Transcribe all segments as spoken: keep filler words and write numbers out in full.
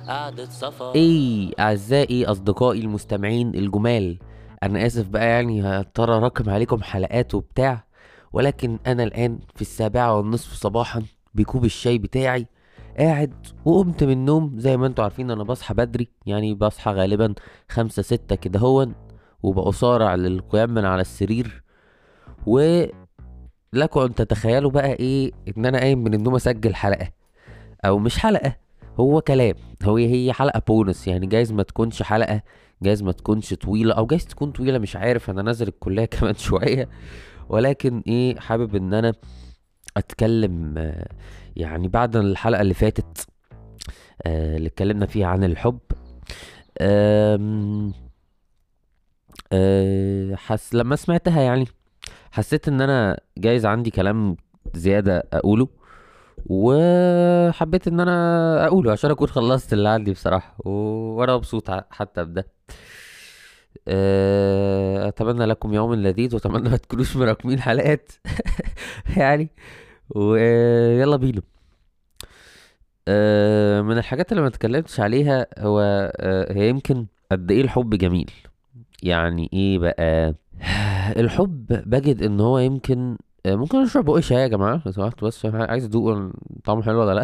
قعدة صفا. ايه اعزائي اصدقائي المستمعين الجمال، انا اسف بقى يعني هضطر اراكم عليكم حلقات وبتاع، ولكن انا الان في السابعة والنصف صباحا بكوب الشاي بتاعي قاعد وقمت من النوم. زي ما انتوا عارفين انا بصحى بدري، يعني بصحى غالبا خمسة ستة كده هون، وبأصارع للقيام من على السرير. ولكم ان تتخيلوا بقى ايه ان انا قايم من النوم اسجل حلقة، او مش حلقة، هو كلام. هو هي حلقة بونس، يعني جايز ما تكونش حلقة، جايز ما تكونش طويلة، او جايز تكون طويلة، مش عارف، انا نازل الكلية كمان شوية. ولكن ايه، حابب ان انا اتكلم آه، يعني بعد الحلقة اللي فاتت آه، اللي اتكلمنا فيها عن الحب. آم، آه، حس لما سمعتها يعني حسيت ان انا جايز عندي كلام زيادة اقوله، وحبيت ان انا اقوله عشان اكون خلصت اللي عندي بصراحة و... وانا مبسوط ع- حتى بده. آه، اتمنى لكم يوم لذيذ، واتمنى ما تكونوش مراكمين حلقات يعني. ويلا بينا. آه، من الحاجات اللي ما اتكلمتش عليها هو آه، هي يمكن قد ايه الحب جميل. يعني ايه بقى الحب؟ بجد ان هو يمكن آه، ممكن اشرب بقى شاي يا جماعه لو سمحت، بس عشان عايز ادوق طعمه حلو ولا لا.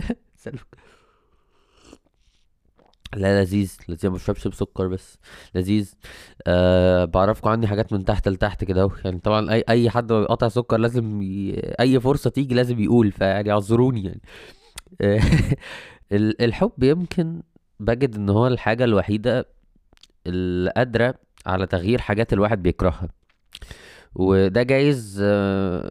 لا، لذيذ لذيذ، ما بشربش بسكر بس لذيذ. أه بعرفكم عني حاجات من تحت لتحت كده اهو، يعني طبعا اي اي حد ما بيقطع سكر لازم ي... اي فرصه تيجي لازم يقول، فيعني اعذروني يعني. آه، ال- الحب يمكن بجد ان هو الحاجه الوحيده اللي قادره على تغيير حاجات الواحد بيكرهها. وده جايز آه،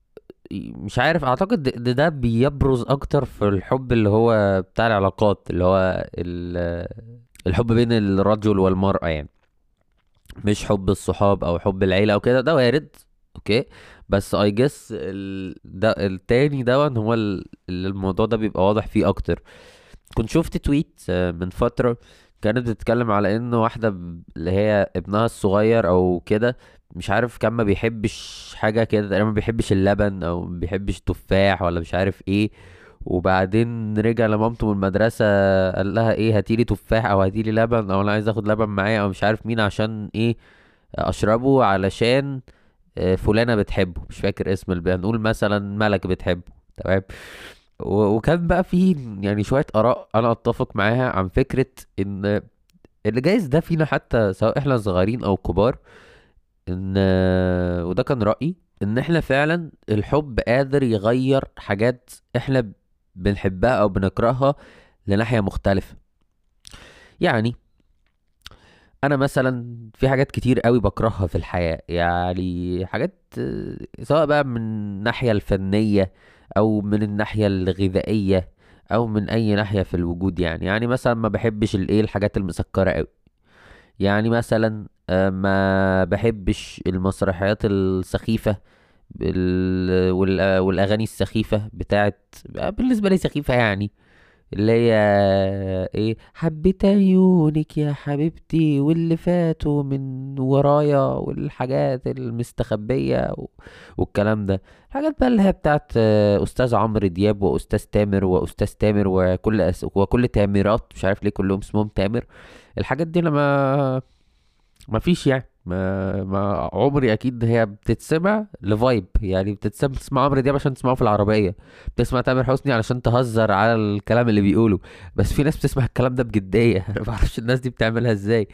مش عارف، اعتقد ده, ده بيبرز اكتر في الحب اللي هو بتاع العلاقات، اللي هو ال- الحب بين الرجل والمرأة يعني. مش حب الصحاب او حب العيلة او كده، ده وارد، اوكي. بس اي جس ال... ده التاني ده هو ال- اللي الموضوع ده بيبقى واضح فيه اكتر. كنت شفت تويت آه، من فترة، كانت بتتكلم على ان واحدة ب- اللي هي ابنها الصغير او كده، مش عارف كان ما بيحبش حاجة كده تقريبا، ما بيحبش اللبن او ما بيحبش التفاح ولا مش عارف ايه. وبعدين رجع لمامته من المدرسة، قال لها ايه، هاتيلي تفاح او هاتيلي لبن، او انا عايز اخد لبن معايا او مش عارف مين، عشان ايه اشربه، علشان آه، فلانة بتحبه، مش فاكر اسم البنت، نقول مثلا ملك بتحبه، تمام. و- وكان بقى في يعني شوية آراء أنا أتفق معاها عن فكرة إن اللي جايز ده فينا حتى سواء إحنا صغيرين أو كبار، إن وده كان رأيي، إن إحنا فعلا الحب قادر يغير حاجات إحنا بنحبها أو بنكرهها لناحية مختلفة. يعني أنا مثلا في حاجات كتير قوي بكرهها في الحياة، يعني حاجات آه، سواء بقى من الناحية الفنية أو من الناحية الغذائية او من اي ناحية في الوجود. يعني يعني مثلا ما بحبش الايه الحاجات المسكرة قوي. يعني مثلا آه، ما بحبش المسرحيات السخيفة بال- وال- والاغاني السخيفة بتاعت بالنسبة لي سخيفة يعني، اللي هي ايه، حبيت عيونك يا حبيبتي واللي فاتوا من ورايا والحاجات المستخبية و... والكلام ده. الحاجات بقى اللي هي بتاعت آه، استاذ عمرو دياب واستاذ تامر واستاذ تامر وكل أس... وكل تامرات، مش عارف ليه كلهم اسمهم تامر. الحاجات دي لما ما فيش يعني ما ما عمري، اكيد هي بتتسمع لفايب، يعني بتتسمع تسمع عمرو دياب عشان تسمعه في العربيه، بتسمع تامر حسني علشان تهزر على الكلام اللي بيقوله. بس في ناس بتسمع الكلام ده بجديه انا ما بعرفش الناس دي بتعملها ازاي.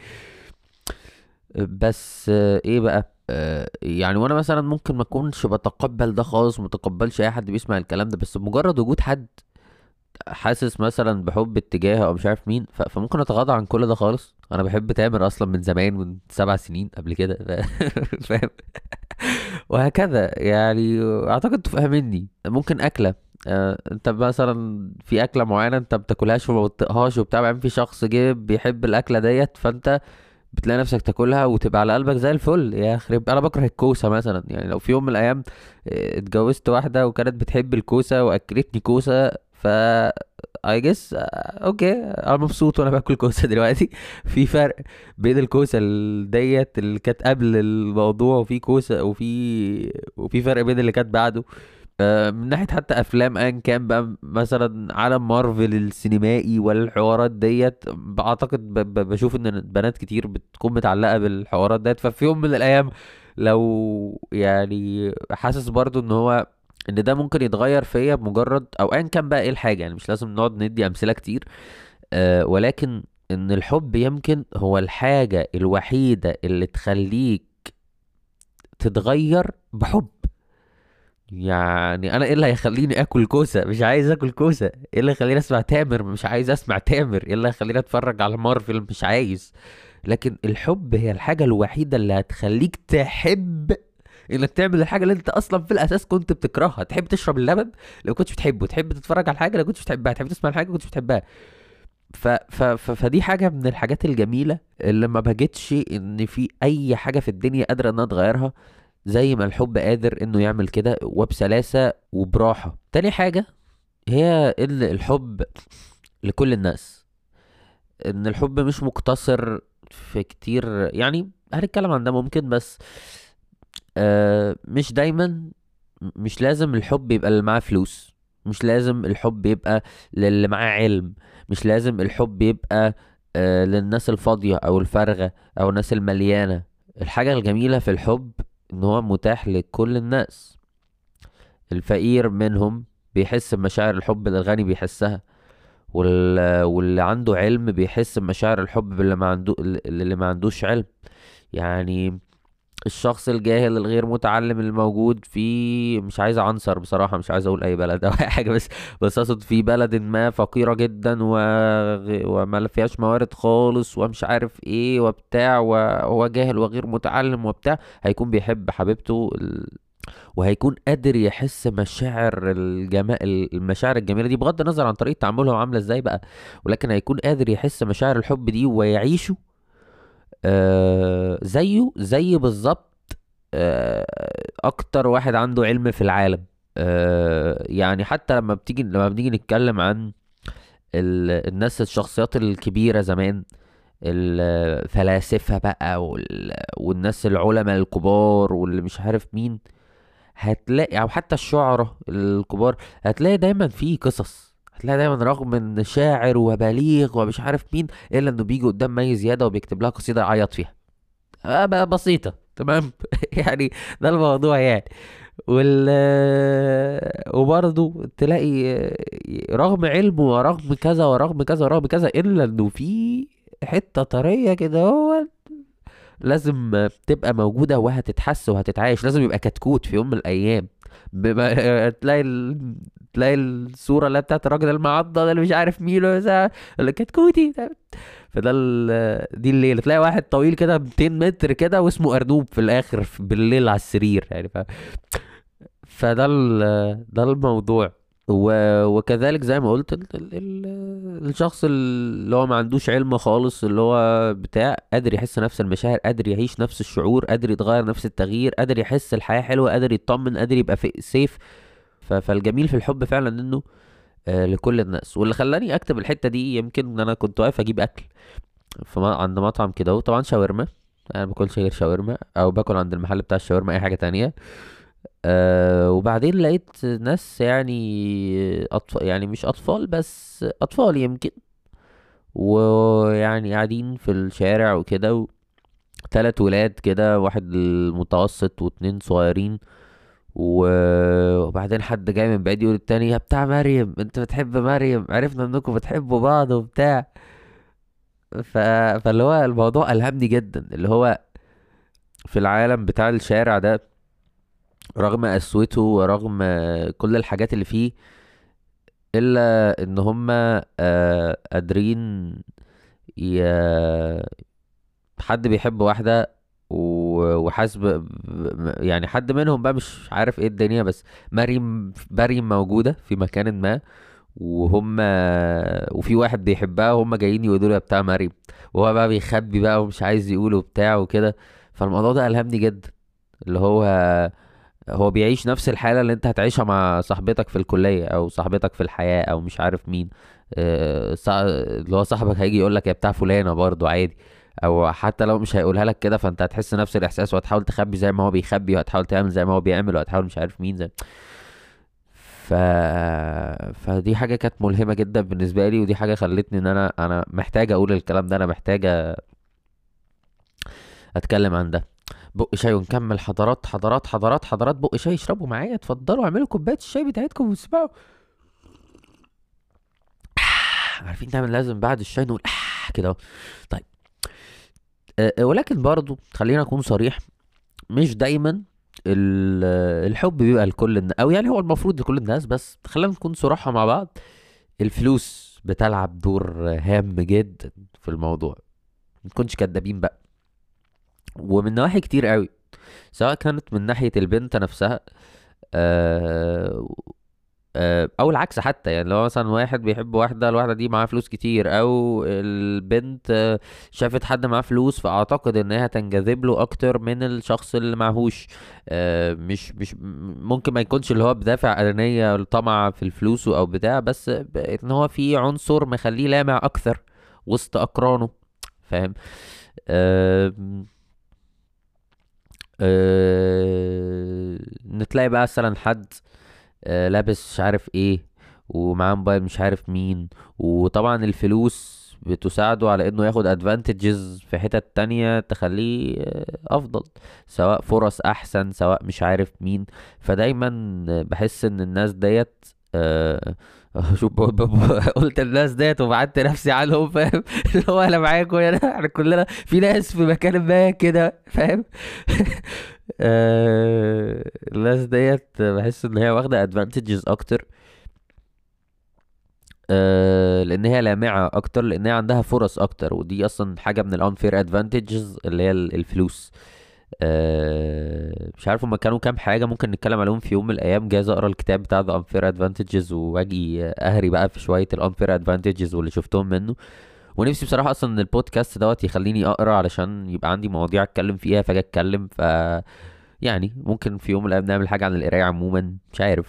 بس آه، ايه بقى آه، يعني وانا مثلا ممكن ما اكونش بتقبل ده خالص، متقبلش اي حد بيسمع الكلام ده، بس بمجرد وجود حد حاسس مثلا بحب اتجاهه او مش عارف مين، ف- فممكن اتغاضى عن كل ده خالص. انا بحب تامر اصلا من زمان، من سبع سنين قبل كده ف- فاهم. وهكذا يعني. اعتقد تفهمني. ممكن اكله آه، انت مثلا في اكله معينه انت بتاكلهاش وما بتطيقهاش وبتاع، بعدين في شخص جه بيحب الاكله ديت، فانت بتلاقي نفسك تاكلها وتبقى على قلبك زي الفل. يا خرب، انا بكره الكوسه مثلا. يعني لو في يوم من الايام آه، اتجوزت واحده وكانت بتحب الكوسه واكلتني كوسه، ف اي جس اوكي انا مبسوط وانا باكل كوسه دلوقتي. في فرق بين الكوسه ال- ديت اللي كانت قبل الموضوع، وفي كوسه وفي وفي فرق بين اللي كانت بعده. آه، من ناحية حتى افلام ايا كان بقى، مثلا عالم مارفل السينمائي والحوارات ديت، بعتقد ب- ب- بشوف ان بنات كتير بتكون متعلقة بالحوارات ديت. ففي يوم من الايام لو يعني حاسس برضو ان هو ان ده ممكن يتغير فيا بمجرد، او ايا كان بقى ايه الحاجة، يعني مش لازم نقعد ندي امثلة كتير. آه ولكن ان الحب يمكن هو الحاجة الوحيدة اللي تخليك تتغير بحب. يعني انا ايه اللي هيخليني اكل كوسه مش عايز اكل كوسه؟ ايه اللي هيخليني اسمع تامر مش عايز اسمع تامر؟ ايه اللي هيخليني اتفرج على مارفل مش عايز؟ لكن الحب هي الحاجه الوحيده اللي هتخليك تحب انك تعمل الحاجه اللي انت اصلا في الاساس كنت بتكرهها. تحب تشرب اللبن لو كنتش بتحبه، تحب تتفرج على حاجه لو كنتش بتحبها، تحب تسمع الحاجه لو كنتش بتحبها. ف... ف... ف... فدي حاجه من الحاجات الجميله اللي ما بجدش ان في اي حاجه في الدنيا قادره انها تغيرها زي ما الحب قادر انه يعمل كده وبسلاسة وبراحة. تاني حاجة هي ان الحب لكل الناس، ان الحب مش مقتصر في كتير. يعني هنتكلم عن ده ممكن، بس آه مش دايما. مش لازم الحب يبقى اللي معاه فلوس، مش لازم الحب يبقى للي معاه علم، مش لازم الحب يبقى آه للناس الفاضية او الفارغة او الناس المليانة. الحاجة الجميلة في الحب ان هو متاح لكل الناس. الفقير منهم بيحس بمشاعر الحب اللي الغني بيحسها، وال... واللي عنده علم بيحس بمشاعر الحب اللي ما عنده اللي ما عندوش علم. يعني الشخص الجاهل الغير متعلم الموجود في، مش عايز عنصر بصراحة، مش عايز اقول اي بلد او اي حاجة، بس بس اقصد في بلد ما فقيرة جدا و... وما فيهاش موارد خالص ومش عارف ايه وبتاع، وهو جاهل وغير متعلم وبتاع، هيكون بيحب حبيبته وهيكون قادر يحس مشاعر الجمال، المشاعر الجميله دي بغض النظر عن طريقه تعاملهم عامله ازاي بقى، ولكن هيكون قادر يحس مشاعر الحب دي ويعيشه آه زيه زي بالظبط. آه اكتر واحد عنده علم في العالم. آه يعني حتى لما بتيجي لما بنيجي نتكلم عن ال... الناس الشخصيات الكبيره زمان، الفلاسفه بقى وال... والناس العلماء الكبار واللي مش عارف مين، هتلاقي او حتى الشعراء الكبار هتلاقي دايما في قصص. هتلاقي دايما رغم ان شاعر وبليغ ومش عارف مين، الا انه بيجي قدام مي زياده وبيكتب لها قصيده يعيط فيها. آه بقى بسيطه تمام. يعني ده الموضوع يعني. وال وبرضه تلاقي رغم علمه ورغم كذا ورغم كذا ورغم كذا، الا انه في حته طريه كده هو لازم تبقى موجودة وهتتحس وهتتعايش. لازم يبقى كتكوت في يوم من الأيام. بما تلاقي ال... تلاقي الصورة اللي هي بتاعت الراجل المعضة ده اللي مش عارف مين ولا اللي كتكوتي ده. فده ال... دي الليلة تلاقي واحد طويل كده مئتين متر كده واسمه أرنوب في الآخر في- بالليل على السرير يعني ف... فده ال... ده الموضوع. و... وكذلك زي ما قلت ال... ال... ال... الشخص اللي هو ما عندوش علم خالص، اللي هو بتاع قادر يحس نفس المشاعر، قادر يعيش نفس الشعور، قادر يتغير نفس التغيير، قادر يحس الحياة حلوة، قادر يطمن، قادر يبقى في سيف. ف... فالجميل في الحب فعلا انه آه لكل الناس. واللي خلاني اكتب الحتة دي يمكن ان انا كنت واقف اجيب اكل في م... عند مطعم كده، وطبعا شاورما. انا ما باكلش غير شاورما، او باكل عند المحل بتاع الشاورما اي حاجة تانية. أه وبعدين لقيت ناس يعني أطفال، يعني مش أطفال بس أطفال يمكن، ويعني قاعدين في الشارع وكده و- تلات ولاد كده، واحد المتوسط واتنين صغيرين. و- وبعدين حد جاي من بعيد يقول التاني: يا بتاع مريم انت بتحب مريم، عرفنا انكم بتحبوا بعض وبتاع. ف... فاللي هو الموضوع ألهمني جدا، اللي هو في العالم بتاع الشارع ده، رغم قسوته ورغم كل الحاجات اللي فيه، الا ان هم آه قادرين ي... حد بيحب واحدة و- وحاسس ب... ب- يعني حد منهم بقى مش عارف ايه الدنيا، بس مريم مريم موجودة في مكان ما، وهم وفي واحد بيحبها وهم جايين يقولوا له يا بتاع مريم، وهو بقى بيخبي بقى ومش عايز يقوله بتاع وكده. فالموضوع ده ألهمني جدا، اللي هو هو بيعيش نفس الحالة اللي انت هتعيشها مع صاحبتك في الكلية او صاحبتك في الحياة او مش عارف مين. اه صا- اللي هو صاحبك هيجي يقول لك يا بتاع فلانة برضو عادي، او حتى لو مش هيقولها لك كده فانت هتحس نفس الاحساس، وهتحاول تخبي زي ما هو بيخبي، وهتحاول تعمل زي ما هو بيعمل، وهتحاول مش عارف مين زي. ف فدي حاجه كانت ملهمه جدا بالنسبه لي، ودي حاجه خلتني ان انا انا محتاج اقول الكلام ده، انا محتاج اتكلم عن ده. بق شاي ونكمل. حضرات حضرات حضرات حضرات بق شاي، اشربوا معايا، اتفضلوا اعملوا كوبايه الشاي بتاعتكم واسمعوا. عارفين دايما لازم بعد الشاي نقول آه كده اهو. طيب. أه آه، ولكن برضو خلينا اكون صريح، مش دايما ال- الحب بيبقى لكل الناس، او يعني هو المفروض لكل الناس، بس خلينا نكون صراحة مع بعض. الفلوس بتلعب دور هام جدا في الموضوع، ما نكونش كدابين بقى، ومن نواحي كتير قوي، سواء كانت من ناحية البنت نفسها، آه، آه، او العكس حتى. يعني لو مثلا واحد بيحب واحده، الواحده دي معاها فلوس كتير، او البنت آه، شافت حد معاه فلوس، فاعتقد ان هي هتنجذب له اكتر من الشخص اللي معهوش. آه، مش مش ممكن ما يكونش اللي هو بدافع انانيه الطمع في الفلوس او بتاع، بس ب- ان هو في عنصر مخليه لامع اكثر وسط اقرانه. فاهم؟ آم، آه، نتلاقي بقى مثلا حد آه، لابس مش عارف ايه، ومعاه موبايل مش عارف مين، وطبعا الفلوس بتساعده على انه ياخد ادفانتجز في حتت تانية تخليه آه، افضل، سواء فرص احسن، سواء مش عارف مين. فدايما بحس ان الناس ديت آه، شوف ب- ب- ب- قلت الناس ديت وبعدت نفسي عنهم، فاهم؟ اللي هو انا معاكم يعني، احنا كلنا في ناس في مكان ما كده، فاهم؟ آه، الناس ديت بحس ان هي واخده ادفانتجز اكتر، آه، لان هي لامعه اكتر، لان هي عندها فرص اكتر، ودي اصلا حاجه من الانفير ادفانتجز اللي هي ال- الفلوس. آه، مش عارف هما كانوا كام حاجه ممكن نتكلم عليهم في يوم من الايام، جايز اقرا الكتاب بتاع ذا انفير ادفانتجز واجي اهري بقى في شويه الانفير ادفانتجز واللي شفتهم منه. ونفسي بصراحه اصلا ان البودكاست دوت يخليني اقرا علشان يبقى عندي مواضيع اتكلم فيها، فاجي اتكلم. ف يعني ممكن في يوم من الايام نعمل حاجه عن القرايه عموما، مش عارف.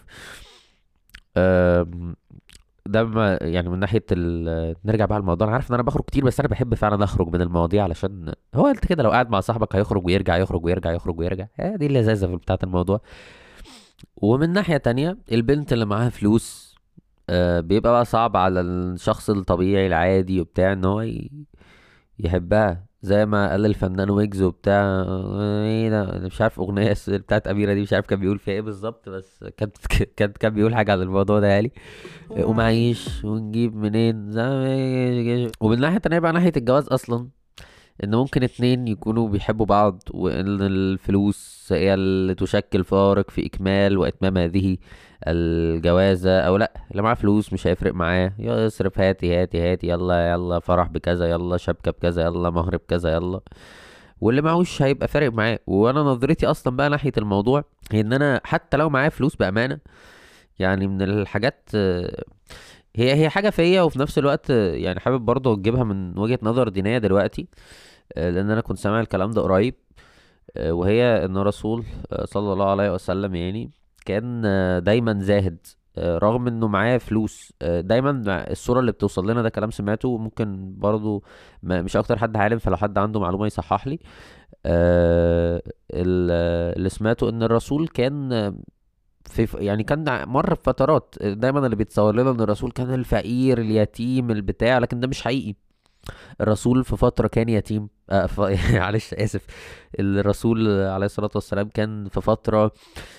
أم، ده ما يعني من ناحيه ال... نرجع بقى للموضوع. انا عارف ان انا بخرج كتير، بس انا بحب فعلا اخرج من المواضيع، علشان هو انت كده لو قاعد مع صاحبك هيخرج ويرجع، يخرج ويرجع، يخرج ويرجع، هي دي اللذاذه في بتاعه الموضوع. ومن ناحيه تانية البنت اللي معاها فلوس، آه، بيبقى بقى صعب على الشخص الطبيعي العادي وبتاع ان هو ي... يحبها، زي ما قال الفنان ويجز وبتاع. ايه ده، أنا مش عارف اغنيه س- بتاعت اميره دي، مش عارف كان بيقول فيها ايه بالظبط، بس كانت كانت كان بيقول حاجه عن الموضوع ده يعني. ومعيش ونجيب منين زي ما- ومن ناحيه تانية بقى، ناحيه الجواز اصلا، ان ممكن اتنين يكونوا بيحبوا بعض، وان الفلوس هي اللي تشكل فارق في اكمال واتمام هذه الجوازة او لا. اللي معاه فلوس مش هيفرق معاه، يصرف هاتي هاتي هاتي، يلا يلا فرح بكذا، يلا شبكة بكذا، يلا مهر بكذا، يلا. واللي معهوش هيبقى فارق معاه. وانا نظرتي اصلا بقى ناحية الموضوع هي ان انا حتى لو معايا فلوس بامانة، يعني من الحاجات آه، هي هي حاجة فيا، وفي نفس الوقت آه، يعني حابب برضه اجيبها من وجهة نظر دينية دلوقتي. آه، لان انا كنت سامع الكلام ده قريب. آه، وهي ان الرسول آه، صلى الله عليه وسلم يعني كان آه، دايما زاهد، آه، رغم انه معاه فلوس. آه، دايما مع- الصورة اللي بتوصل لنا، ده كلام سمعته، ممكن برضو ما- مش اكتر حد عالم، فلو حد عنده معلومة يصحح لي. آه، ال- آه، اللي سمعته ان الرسول كان آه، في ف- يعني كان مر بفترات، آه، دايما اللي بيتصور لنا ان الرسول كان الفقير اليتيم البتاع، لكن ده مش حقيقي. الرسول في فترة كان يتيم، آه ف... معلش آسف. الرسول عليه الصلاة والسلام كان في فترة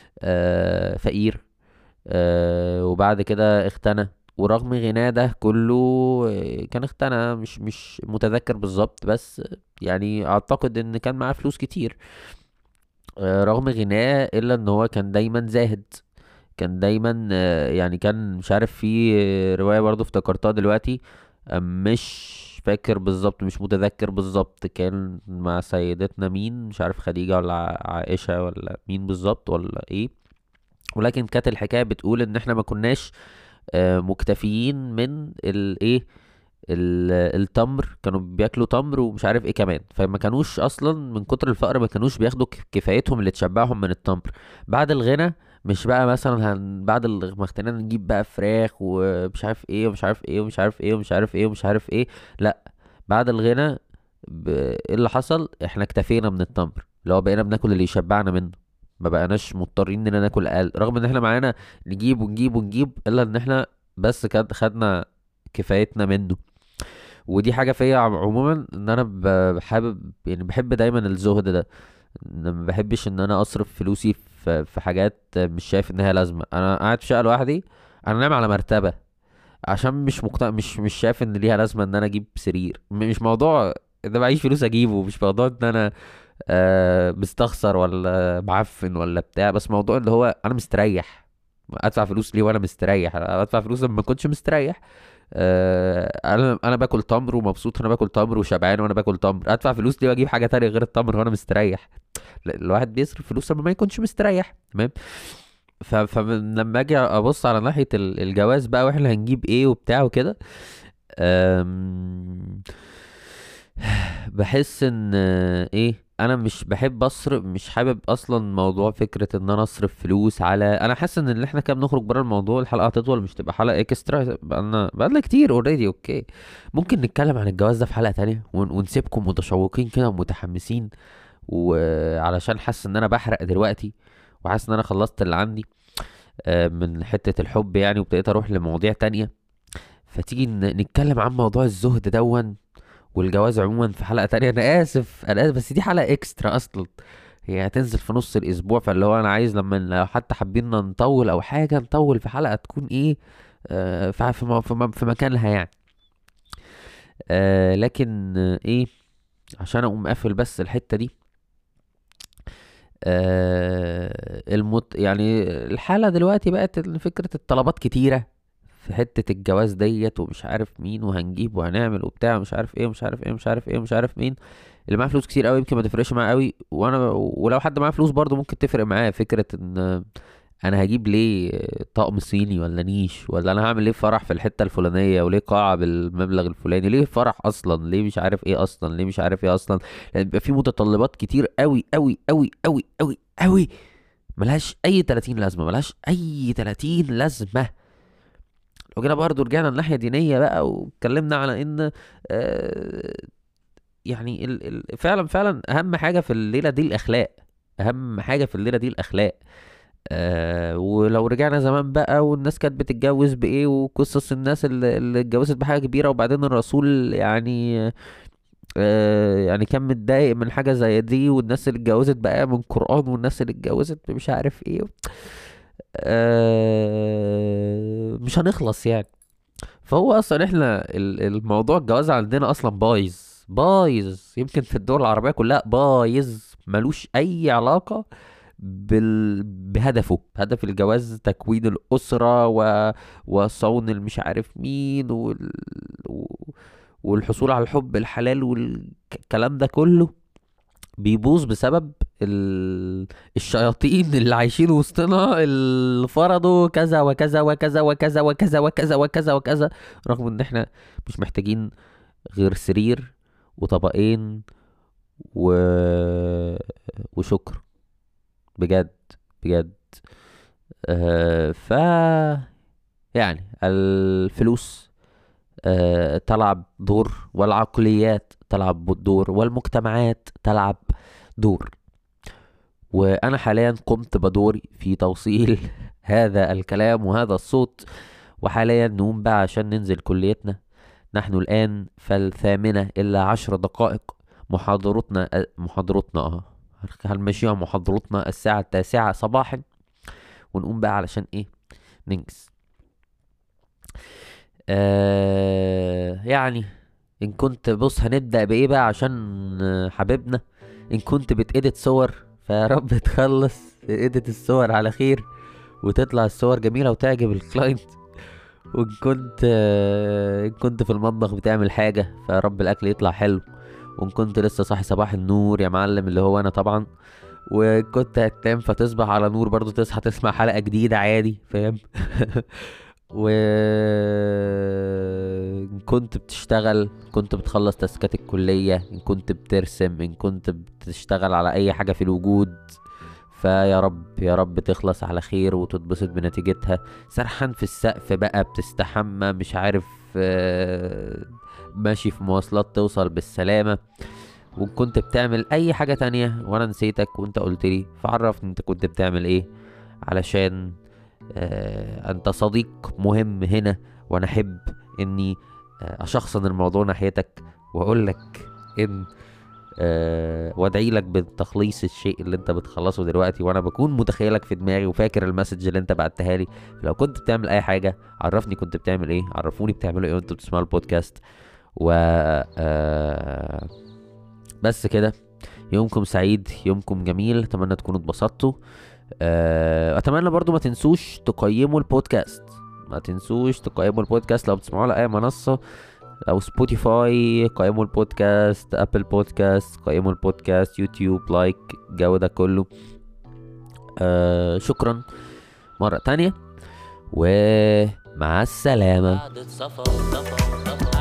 آه فقير، آه وبعد كده اغتنى. ورغم غناه ده كله، آه، كان اغتنى، مش مش متذكر بالظبط، بس يعني اعتقد ان كان معاه فلوس كتير. آه رغم غناه الا ان هو كان دايما زاهد. كان دايما آه، يعني كان مش عارف، في رواية برضو افتكرتها دلوقتي، آه، مش فاكر بالظبط، مش متذكر بالظبط، كان مع سيدتنا مين، مش عارف خديجة ولا ع- عائشة ولا مين بالظبط ولا ايه. ولكن كانت الحكاية بتقول ان احنا ما كناش آه، مكتفيين من الايه، التمر. كانوا بياكلوا تمر ومش عارف ايه كمان، فما كانوش اصلا من كتر الفقر ما كانوش بياخدوا ك- كفايتهم اللي تشبعهم من التمر. بعد الغنى مش بقى مثلا هن بعد ال- ما اغتنينا نجيب بقى فراخ ومش عارف ايه ومش عارف ايه ومش عارف ايه ومش عارف ايه ومش عارف ايه. لا، بعد الغنى ب... ايه اللي حصل؟ احنا اكتفينا من التمر، اللي هو بقينا بناكل اللي يشبعنا منه. ما بقناش مضطرين اننا ناكل اقل، رغم ان احنا معانا نجيب ونجيب ونجيب، الا ان احنا بس كد خدنا كفايتنا منه. ودي حاجة فيا عم- عموما، ان انا ب- بحابب يعني بحب دايما الزهد ده. إن ما بحبش ان انا اصرف فلوسي في في حاجات مش شايف انها لازمة. انا قاعد في شقة لوحدي، انا نايم على مرتبة عشان مش مقتنع، مش مش شايف ان ليها لازمة ان انا اجيب سرير. م- مش موضوع ان انا معيش فلوس اجيبه، مش موضوع ان انا آه مستخسر ولا معفن ولا بتاع، بس موضوع اللي هو انا مستريح. ادفع فلوس ليه وانا مستريح؟ انا بدفع فلوس لما ما كنتش مستريح. آه انا انا باكل تمر ومبسوط، انا باكل تمر وشبعان وانا باكل تمر، ادفع فلوس ليه واجيب حاجه تانية غير التمر وانا مستريح؟ لا، الواحد بيصرف فلوس لما ما يكونش مستريح، تمام. ف- فلما اجي ابص على ناحيه ال- الجواز بقى، واحنا هنجيب ايه وبتاع وكده، أم، بحس ان آه، ايه، انا مش بحب اصرف، مش حابب اصلا موضوع فكره ان انا اصرف فلوس على. انا حاسس ان اللي احنا كده بنخرج بره الموضوع، الحلقه هتطول مش تبقى حلقه اكسترا، بقالنا بقالنا كتير اوريدي. اوكي، ممكن نتكلم عن الجواز ده في حلقه تانية، ون- ونسيبكم متشوقين كده ومتحمسين، وعلشان حاسس ان انا بحرق دلوقتي، وحاسس ان انا خلصت اللي عندي آه، من حته الحب يعني، وابتديت اروح لمواضيع تانية. فتيجي ن- نتكلم عن موضوع الزهد دون والجواز عموما في حلقة تانية. انا اسف انا اسف، بس دي حلقة اكسترا اصلا، هي هتنزل في نص الاسبوع، فاللي هو انا عايز لما لو حتى حابين نطول او حاجة، نطول في حلقة تكون ايه، آه في في م- في م- في مكانها يعني. آه لكن آه ايه، عشان اقوم قافل بس الحتة دي. آه المت يعني الحالة دلوقتي بقت إن فكرة الطلبات كتيرة في حتة الجواز ديت، ومش عارف مين وهنجيب وهنعمل وبتاع، مش عارف ايه، مش عارف ايه، مش عارف ايه، مش عارف مين. اللي معاه فلوس كتير قوي يمكن ما تفرقش معاه قوي، وانا ولو حد معاه فلوس برضه ممكن تفرق معاه فكرة ان انا هجيب ليه طقم صيني ولا نيش، ولا انا هعمل ليه فرح في الحتة الفلانية، وليه قاعة بالمبلغ الفلاني، ليه فرح اصلا، ليه مش عارف ايه اصلا، ليه مش عارف ايه اصلا. لان بيبقى في متطلبات كتير قوي قوي قوي قوي قوي قوي، ملهاش اي تلاتين لازمة، ملهاش اي تلاتين لازمة. لو جينا برضه رجعنا الناحية دينية بقى، واتكلمنا على ان آه يعني ال ال فعلا فعلا اهم حاجة في الليلة دي الاخلاق. اهم حاجة في الليلة دي الاخلاق. آه ولو رجعنا زمان بقى، والناس كانت بتتجوز بايه، وقصص الناس اللي, اللي اتجوزت بحاجة كبيرة، وبعدين الرسول يعني آه يعني كان متضايق من حاجة زي دي، والناس اللي اتجوزت بقى من قرآن، والناس اللي اتجوزت مش عارف ايه. آه مش هنخلص يعني. فهو اصلا احنا ال- الموضوع الجواز عندنا اصلا بايظ، بايظ يمكن في الدول العربية كلها بايظ، ملوش اي علاقة بال... بهدفه، هدف الجواز تكوين الأسرة و... وصون المش عارف مين وال... و- والحصول على الحب الحلال والكلام ده كله بيبوظ بسبب ال... الشياطين اللي عايشين وسطنا، اللي فرضوا كذا وكذا وكذا وكذا وكذا وكذا وكذا وكذا، رغم ان احنا مش محتاجين غير سرير وطبقين و... وشكر، بجد بجد. آه ف يعني الفلوس آه تلعب دور، والعقليات تلعب دور، والمجتمعات تلعب دور. وانا حاليا قمت بدوري في توصيل هذا الكلام وهذا الصوت. وحاليا نقوم بقى عشان ننزل كليتنا. نحن الآن فالثامنة إلا عشر دقائق. محاضرتنا محاضرتنا اه هنمشيها محاضرتنا الساعة التاسعة صباحا، ونقوم بقى علشان ايه، ننجز. آه يعني ان كنت بص هنبدأ بايه بقى عشان آه، حبيبنا، ان كنت بتأديت صور فيا رب تخلص إيديت الصور على خير، وتطلع الصور جميلة وتعجب الكلاينت. وان كنت آه، ان كنت في المطبخ بتعمل حاجة فيا رب الاكل يطلع حلو. وان كنت لسه صاحي صباح النور يا معلم اللي هو انا طبعا، وكنت هتنام فتصبح على نور برضو، تصحى تسمع حلقة جديدة عادي، فاهم؟ و إن كنت بتشتغل، كنت بتخلص تاسكات الكلية، ان كنت بترسم، ان كنت بتشتغل على اي حاجة في الوجود، فيا رب يا رب تخلص على خير وتتبسط بنتيجتها. سرحان في السقف بقى بتستحمى مش عارف آه، ماشي في مواصلات توصل بالسلامة. وكنت بتعمل اي حاجة تانية وانا نسيتك وانت قلت لي، فعرفني انت كنت بتعمل ايه، علشان آه انت صديق مهم هنا، وانا احب اني آه اشخصن الموضوع ناحيتك، واقول لك ان أه وادعي لك بتخليص الشيء اللي انت بتخلصه دلوقتي، وانا بكون متخيلك في دماغي وفاكر المسج اللي انت بعتها لي. لو كنت بتعمل اي حاجه عرفني كنت بتعمل ايه، عرفوني بتعملوا ايه وانتوا بتسمعوا البودكاست. و أه بس كده. يومكم سعيد، يومكم جميل، اتمنى تكونوا اتبسطتوا. أه اتمنى برضو ما تنسوش تقيموا البودكاست، ما تنسوش تقيموا البودكاست لو بتسمعوا على اي منصه، او سبوتيفاي قيموا البودكاست، ابل بودكاست قيموا البودكاست، يوتيوب لايك، الجو ده كله. آه شكرا مرة تانية، ومع السلامة.